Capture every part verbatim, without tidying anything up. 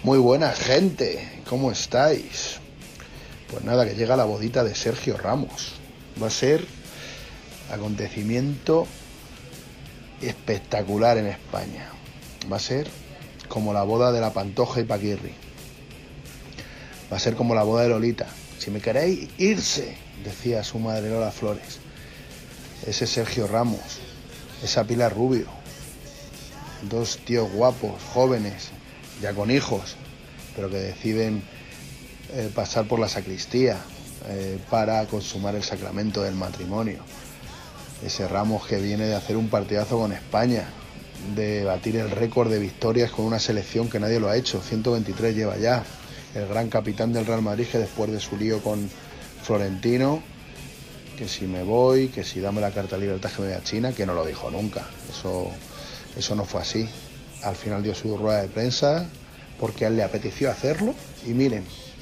Muy buena gente, ¿cómo estáis? Pues nada, que llega la bodita de Sergio Ramos. Va a ser acontecimiento espectacular en España. Va a ser como la boda de la Pantoja y Paquirri. Va a ser como la boda de Lolita. Si me queréis, irse, decía su madre Lola Flores. Ese Sergio Ramos, esa Pilar Rubio, dos tíos guapos, jóvenes, ya con hijos, pero que deciden eh, pasar por la sacristía eh, para consumar el sacramento del matrimonio. Ese Ramos que viene de hacer un partidazo con España, de batir el récord de victorias con una selección que nadie lo ha hecho, ciento veintitrés lleva ya, el gran capitán del Real Madrid, que después de su lío con Florentino, que si me voy, que si dame la carta de libertad que me voy a China, que no lo dijo nunca, eso, eso no fue así. Al final dio su rueda de prensa porque a él le apeteció hacerlo y miren,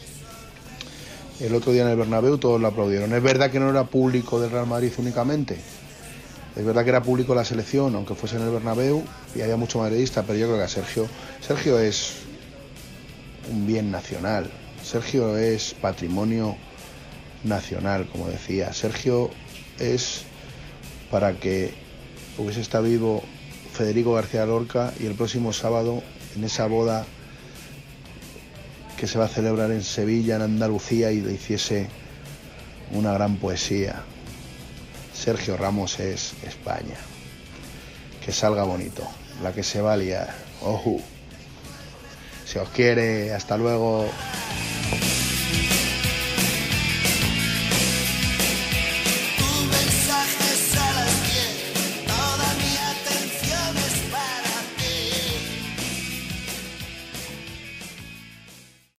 el otro día en el Bernabéu todos lo aplaudieron. Es verdad que no era público del Real Madrid únicamente, es verdad que era público la selección, aunque fuese en el Bernabéu y había mucho madridista, pero yo creo que a Sergio, Sergio es un bien nacional, Sergio es patrimonio nacional, como decía. Sergio es para que hubiese estado vivo Federico García Lorca y el próximo sábado, en esa boda que se va a celebrar en Sevilla, en Andalucía, y le hiciese una gran poesía. Sergio Ramos es España. Que salga bonito, la que se va a liar. Ojo. Se os quiere, hasta luego.